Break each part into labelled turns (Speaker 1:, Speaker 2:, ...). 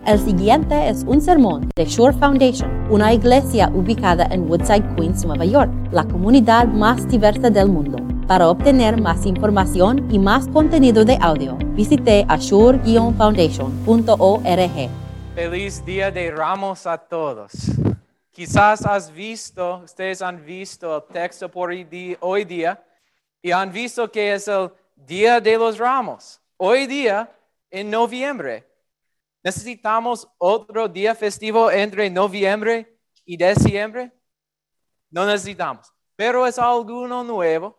Speaker 1: El siguiente es un sermón de Shore Foundation, una iglesia ubicada en Woodside, Queens, Nueva York, la comunidad más diversa del mundo. Para obtener más información y más contenido de audio, visite ashore-foundation.org.
Speaker 2: Feliz Día de Ramos a todos. Quizás ustedes han visto el texto por hoy día y han visto que es el Día de los Ramos. Hoy día, en noviembre. ¿Necesitamos otro día festivo entre noviembre y diciembre? No necesitamos. Pero es algo nuevo.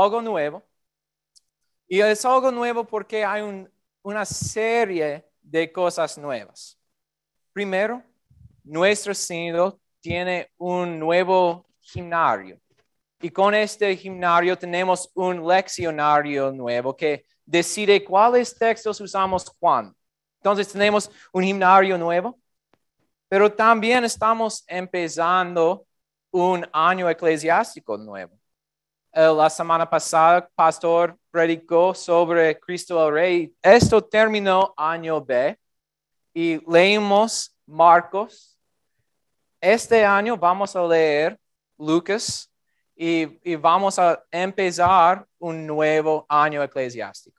Speaker 2: Y es algo nuevo porque hay una serie de cosas nuevas. Primero, nuestro sínodo tiene un nuevo gimnasio. Y con este gimnasio tenemos un leccionario nuevo que decide cuáles textos usamos cuándo. Entonces tenemos un gimnasio nuevo, pero también estamos empezando un año eclesiástico nuevo. La semana pasada el pastor predicó sobre Cristo el Rey. Esto terminó año B y leímos Marcos. Este año vamos a leer Lucas y vamos a empezar un nuevo año eclesiástico.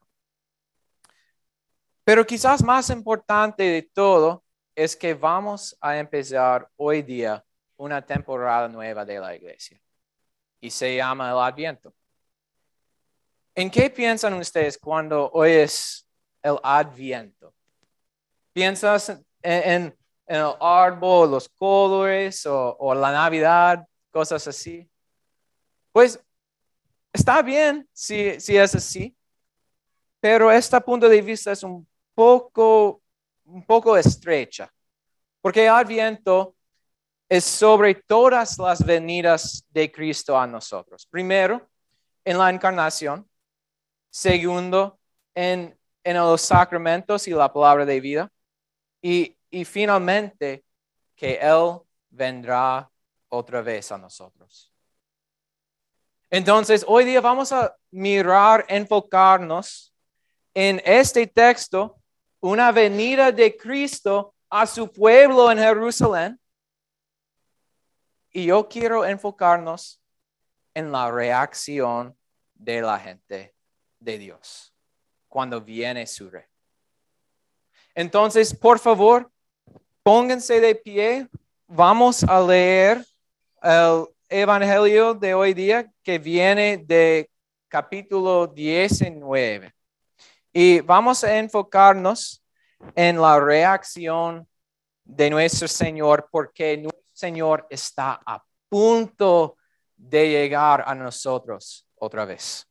Speaker 2: Pero quizás más importante de todo es que vamos a empezar hoy día una temporada nueva de la iglesia y se llama el Adviento. ¿En qué piensan ustedes cuando hoy es el Adviento? ¿Piensas en el árbol, los colores o la Navidad, cosas así? Pues está bien si es así, pero este punto de vista es un poco estrecha, porque el Adviento es sobre todas las venidas de Cristo a nosotros. Primero, en la encarnación. Segundo, en los sacramentos y la palabra de vida. Y finalmente, que Él vendrá otra vez a nosotros. Entonces, hoy día vamos a enfocarnos en este texto, una venida de Cristo a su pueblo en Jerusalén. Y yo quiero enfocarnos en la reacción de la gente de Dios cuando viene su rey. Entonces, por favor, pónganse de pie. Vamos a leer el Evangelio de hoy día que viene de capítulo 19. Y vamos a enfocarnos en la reacción de nuestro Señor, porque nuestro Señor está a punto de llegar a nosotros otra vez.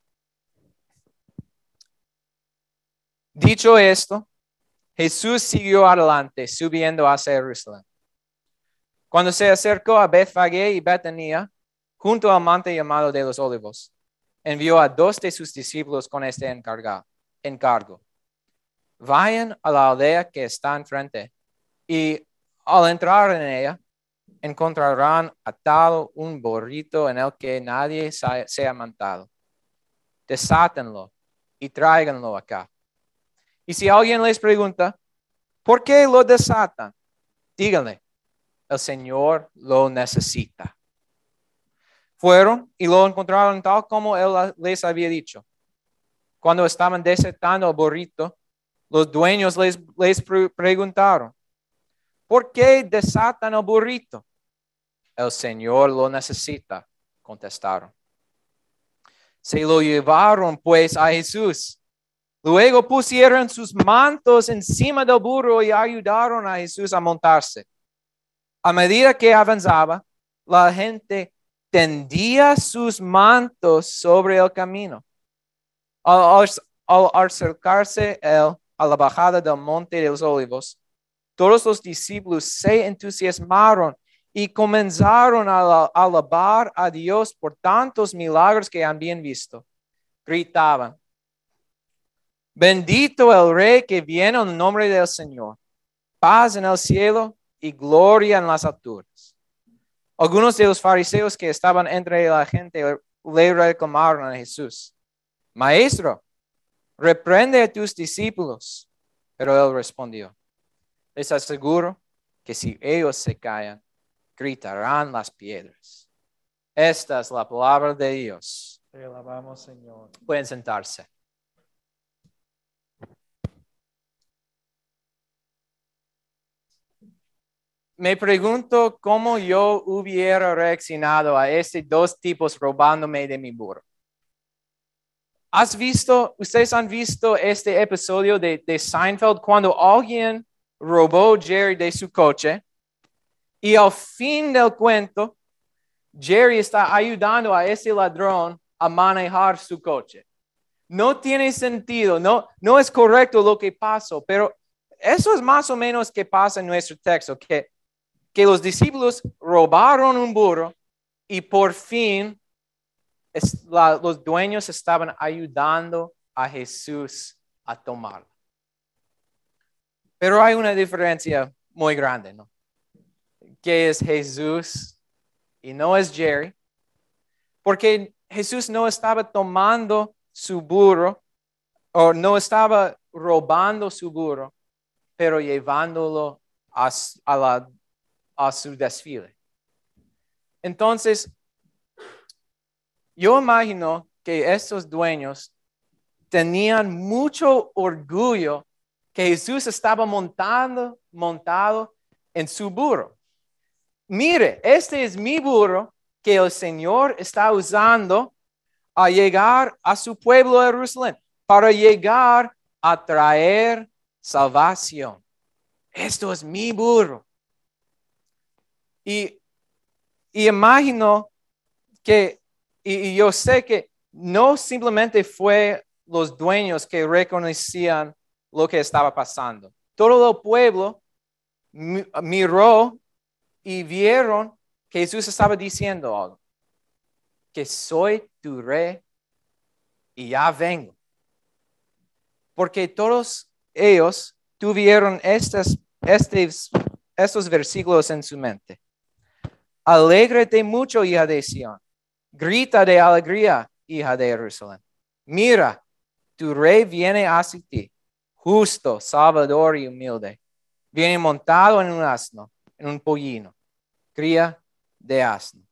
Speaker 2: Dicho esto, Jesús siguió adelante, subiendo hacia Jerusalén. Cuando se acercó a Betfagé y Betania, junto al monte llamado de los Olivos, envió a 2 de sus discípulos con este encargo. Vayan a la aldea que está enfrente, y al entrar en ella, encontrarán atado un burrito en el que nadie se ha montado. Desátenlo y tráiganlo acá. Y si alguien les pregunta, ¿por qué lo desatan? Díganle, el Señor lo necesita. Fueron y lo encontraron tal como Él les había dicho. Cuando estaban desatando el burrito, los dueños les preguntaron, ¿por qué desatan el burrito? El Señor lo necesita, contestaron. Se lo llevaron pues a Jesús. Luego pusieron sus mantos encima del burro y ayudaron a Jesús a montarse. A medida que avanzaba, la gente tendía sus mantos sobre el camino. Al acercarse él a la bajada del monte de los Olivos, todos los discípulos se entusiasmaron y comenzaron a alabar a Dios por tantos milagros que habían visto. Gritaban, bendito el Rey que viene en el nombre del Señor. Paz en el cielo y gloria en las alturas. Algunos de los fariseos que estaban entre la gente le reclamaron a Jesús. Maestro, reprende a tus discípulos. Pero él respondió, Les aseguro que si ellos se callan, gritarán las piedras. Esta es la palabra de Dios.
Speaker 3: Te alabamos, Señor.
Speaker 2: Pueden sentarse. Me pregunto cómo yo hubiera reaccionado a estos dos tipos robándome de mi burro. Ustedes han visto este episodio de Seinfeld cuando alguien robó Jerry de su coche y al fin del cuento, Jerry está ayudando a ese ladrón a manejar su coche. No tiene sentido, no es correcto lo que pasó, pero eso es más o menos que pasa en nuestro texto, que los discípulos robaron un burro y por fin los dueños estaban ayudando a Jesús a tomarlo. Pero hay una diferencia muy grande, ¿no? Que es Jesús y no es Jerry, porque Jesús no estaba tomando su burro o no estaba robando su burro, pero llevándolo a su desfile. Entonces, yo imagino que estos dueños tenían mucho orgullo que Jesús estaba montado en su burro. Mire, este es mi burro que el Señor está usando a llegar a su pueblo de Jerusalén, para llegar a traer salvación. Esto es mi burro. Y imagino que, y yo sé que no simplemente fue los dueños que reconocían lo que estaba pasando. Todo el pueblo miró y vieron que Jesús estaba diciendo algo. Que soy tu rey y ya vengo. Porque todos ellos tuvieron estos versículos en su mente. Alégrate mucho, hija de Sión. Grita de alegría, hija de Jerusalén. Mira, tu rey viene hacia ti, justo, salvador y humilde. Viene montado en un asno, en un pollino, cría de asno.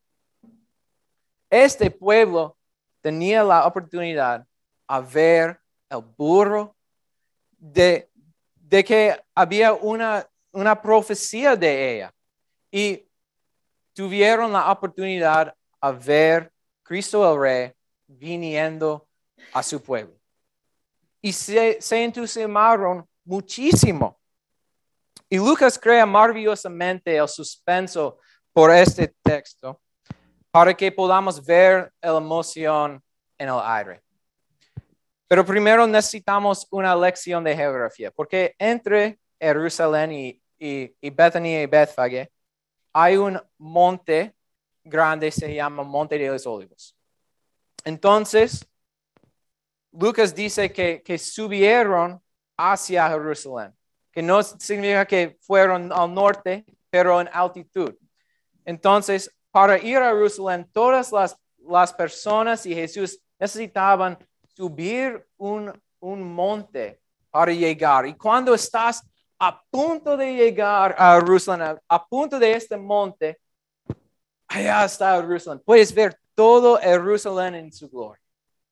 Speaker 2: Este pueblo tenía la oportunidad a ver el burro de que había una profecía de ella. Y tuvieron la oportunidad a ver Cristo el Rey viniendo a su pueblo. Y se entusiasmaron muchísimo. Y Lucas crea maravillosamente el suspenso por este texto para que podamos ver la emoción en el aire. Pero primero necesitamos una lección de geografía, porque entre Jerusalén y Betania y Betfagé hay un monte grande, se llama Monte de los Olivos. Entonces, Lucas dice que subieron hacia Jerusalén, que no significa que fueron al norte, pero en altitud. Entonces, para ir a Jerusalén, todas las personas y Jesús necesitaban subir un monte para llegar. Y cuando estás a punto de llegar a Jerusalén, a punto de este monte, allá está Jerusalén. Puedes ver todo Jerusalén en su gloria.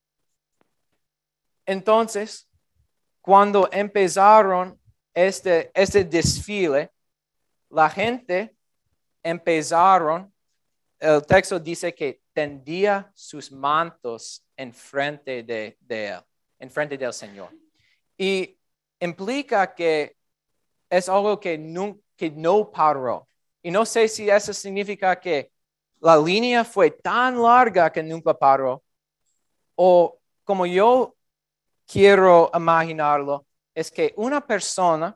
Speaker 2: Entonces, cuando empezaron este desfile, la gente empezaron, el texto dice que tendía sus mantos enfrente de él, enfrente del Señor. Y implica que es algo que no paró. Y no sé si eso significa que la línea fue tan larga que nunca paró, o como yo quiero imaginarlo, es que una persona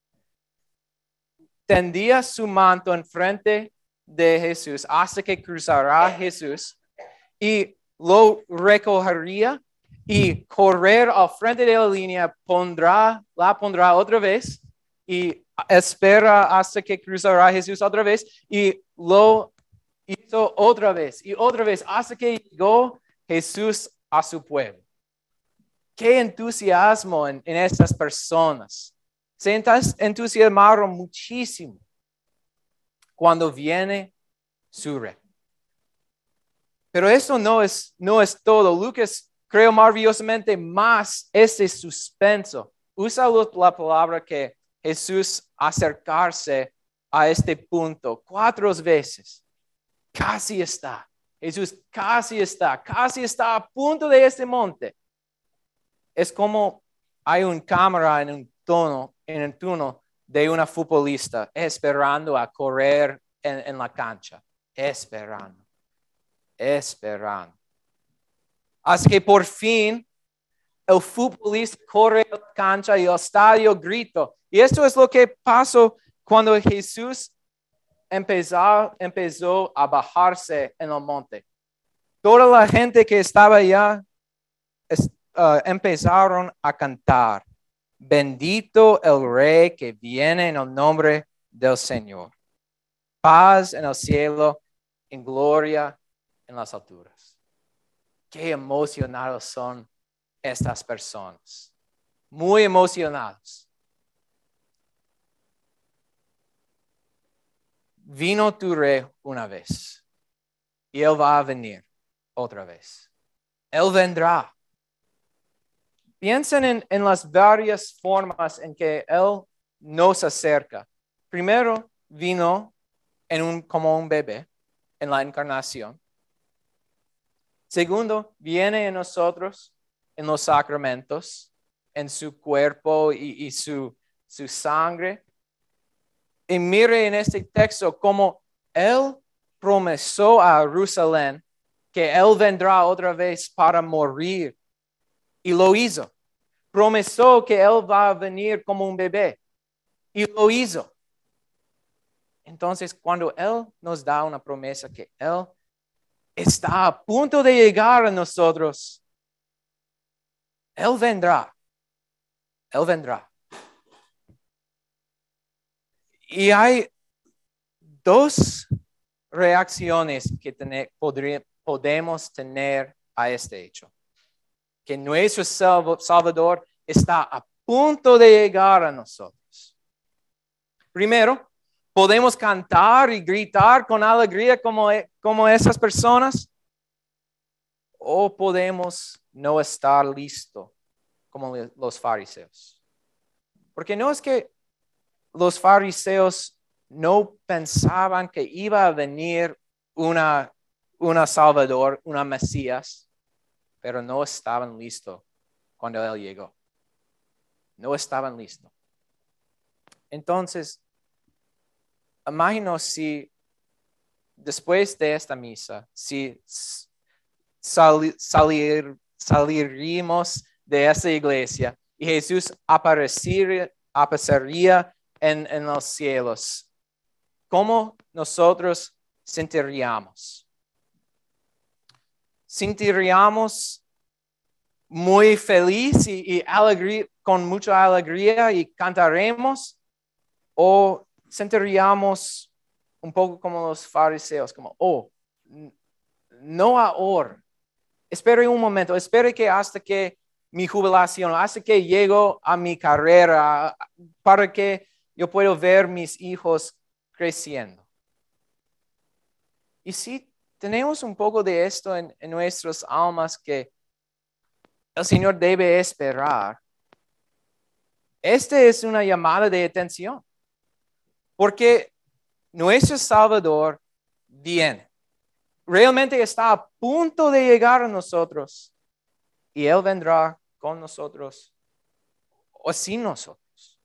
Speaker 2: tendía su manto enfrente de Jesús hasta que cruzará Jesús y lo recogería y correr al frente de la línea, la pondrá otra vez y espera hasta que cruzará Jesús otra vez y lo hizo otra vez y otra vez hasta que llegó Jesús a su pueblo. Qué entusiasmo en estas personas. se entusiasmaron muchísimo cuando viene su rey. Pero eso no es todo. Lucas, creo maravillosamente más ese suspenso. Usa la palabra que Jesús acercarse a este punto 4 veces. Casi está. Jesús casi está a punto de este monte. Es como hay una cámara en el túnel de una futbolista esperando a correr en la cancha. Esperando. Hasta que por fin el futbolista corre a la cancha y el estadio grita. Y esto es lo que pasó cuando Jesús empezó a bajarse en el monte. Toda la gente que estaba allá empezaron a cantar. Bendito el Rey que viene en el nombre del Señor. Paz en el cielo, en gloria en las alturas. Qué emocionados son estas personas. Muy emocionados. Vino tu rey una vez y él va a venir otra vez. Él vendrá. Piensen en las varias formas en que él nos acerca. Primero, vino como un bebé en la encarnación. Segundo, viene en nosotros en los sacramentos, en su cuerpo y su sangre. Y mire en este texto cómo él prometió a Jerusalén que él vendrá otra vez para morir. Y lo hizo. Prometió que él va a venir como un bebé. Y lo hizo. Entonces, cuando él nos da una promesa que él está a punto de llegar a nosotros, él vendrá. Él vendrá. Y hay 2 reacciones que podemos tener a este hecho. Que nuestro Salvador está a punto de llegar a nosotros. Primero, podemos cantar y gritar con alegría como esas personas. O podemos no estar listos como los fariseos. Porque no es que los fariseos no pensaban que iba a venir una Salvador, una Mesías, pero no estaban listos cuando él llegó. No estaban listos. Entonces, imagino si después de esta misa, si saliríamos de esa iglesia y Jesús aparecería en los cielos, ¿cómo nosotros sentiríamos? ¿Sentiríamos muy feliz y alegría, con mucha alegría y cantaremos? ¿O sentiríamos un poco como los fariseos, como, no ahora? Espere un momento, espere que hasta que mi jubilación, hasta que llego a mi carrera, para que yo pueda ver mis hijos creciendo. Y si tenemos un poco de esto en nuestras almas que el Señor debe esperar, esta es una llamada de atención, porque nuestro Salvador viene. Realmente está a punto de llegar a nosotros y Él vendrá con nosotros o sin nosotros.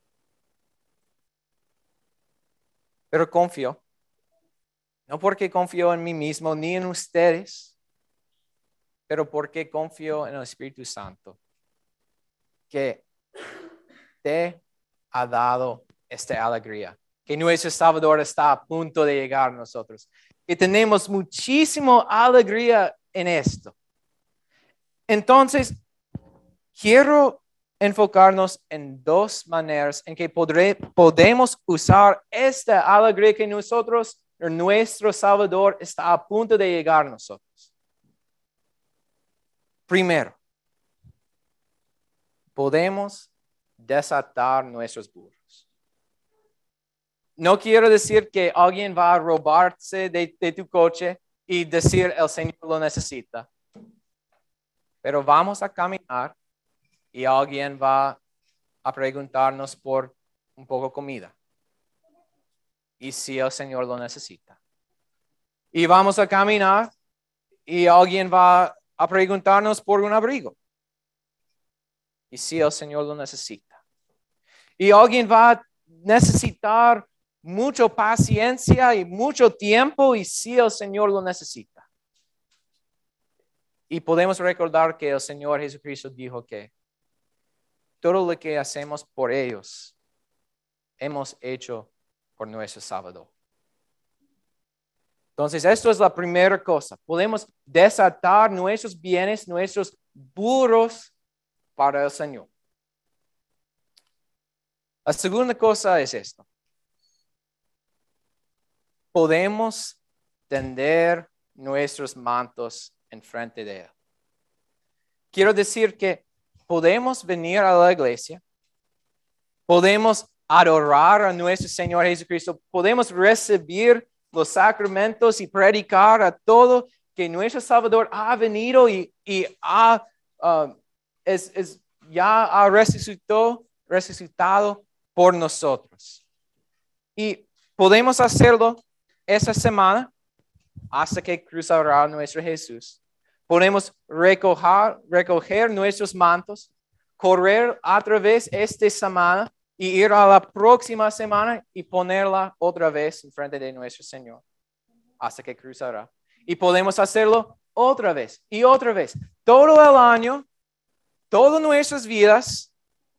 Speaker 2: Pero confío, no porque confío en mí mismo ni en ustedes, pero porque confío en el Espíritu Santo, que te ha dado esta alegría, que nuestro Salvador está a punto de llegar a nosotros, que tenemos muchísima alegría en esto. Entonces, quiero enfocarnos en 2 maneras en que podemos usar esta alegría que nuestro Salvador está a punto de llegar a nosotros. Primero, podemos desatar nuestros burros. No quiero decir que alguien va a robarse de tu coche y decir el Señor lo necesita. Pero vamos a caminar y alguien va a preguntarnos por un poco de comida. Y si el Señor lo necesita. Y vamos a caminar y alguien va a preguntarnos por un abrigo. Y si el Señor lo necesita. Y alguien va a necesitar mucha paciencia y mucho tiempo y si el Señor lo necesita. Y podemos recordar que el Señor Jesucristo dijo que todo lo que hacemos por ellos, hemos hecho por nuestro Salvador. Entonces, esto es la primera cosa. Podemos desatar nuestros bienes, nuestros burros para el Señor. La segunda cosa es esto. Podemos tender nuestros mantos enfrente de Él. Quiero decir que podemos venir a la iglesia, podemos adorar a nuestro Señor Jesucristo, podemos recibir los sacramentos y predicar a todo que nuestro Salvador ha venido y ya ha resucitado por nosotros. Y podemos hacerlo esa semana hasta que cruzará nuestro Jesús. Podemos recoger nuestros mantos, correr a través de esta semana y ir a la próxima semana y ponerla otra vez en frente de nuestro Señor hasta que cruzará. Y podemos hacerlo otra vez y otra vez. Todo el año, todas nuestras vidas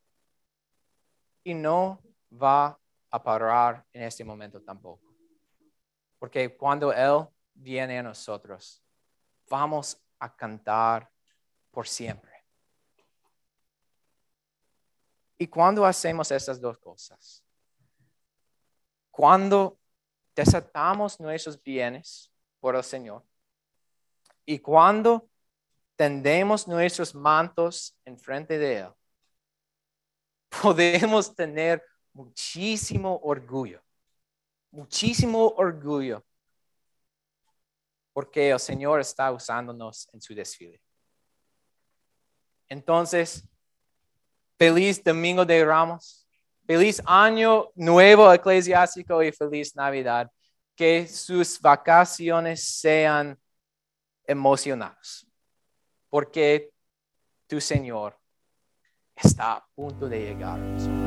Speaker 2: y no va a parar en este momento tampoco. Porque cuando Él viene a nosotros, vamos a cantar por siempre. Y cuando hacemos estas dos cosas, cuando desatamos nuestros bienes por el Señor y cuando tendemos nuestros mantos enfrente de Él, podemos tener muchísimo orgullo, porque el Señor está usándonos en su desfile. Entonces, feliz Domingo de Ramos, feliz Año Nuevo Eclesiástico y feliz Navidad. Que sus vacaciones sean emocionadas, porque tu Señor está a punto de llegar a nosotros.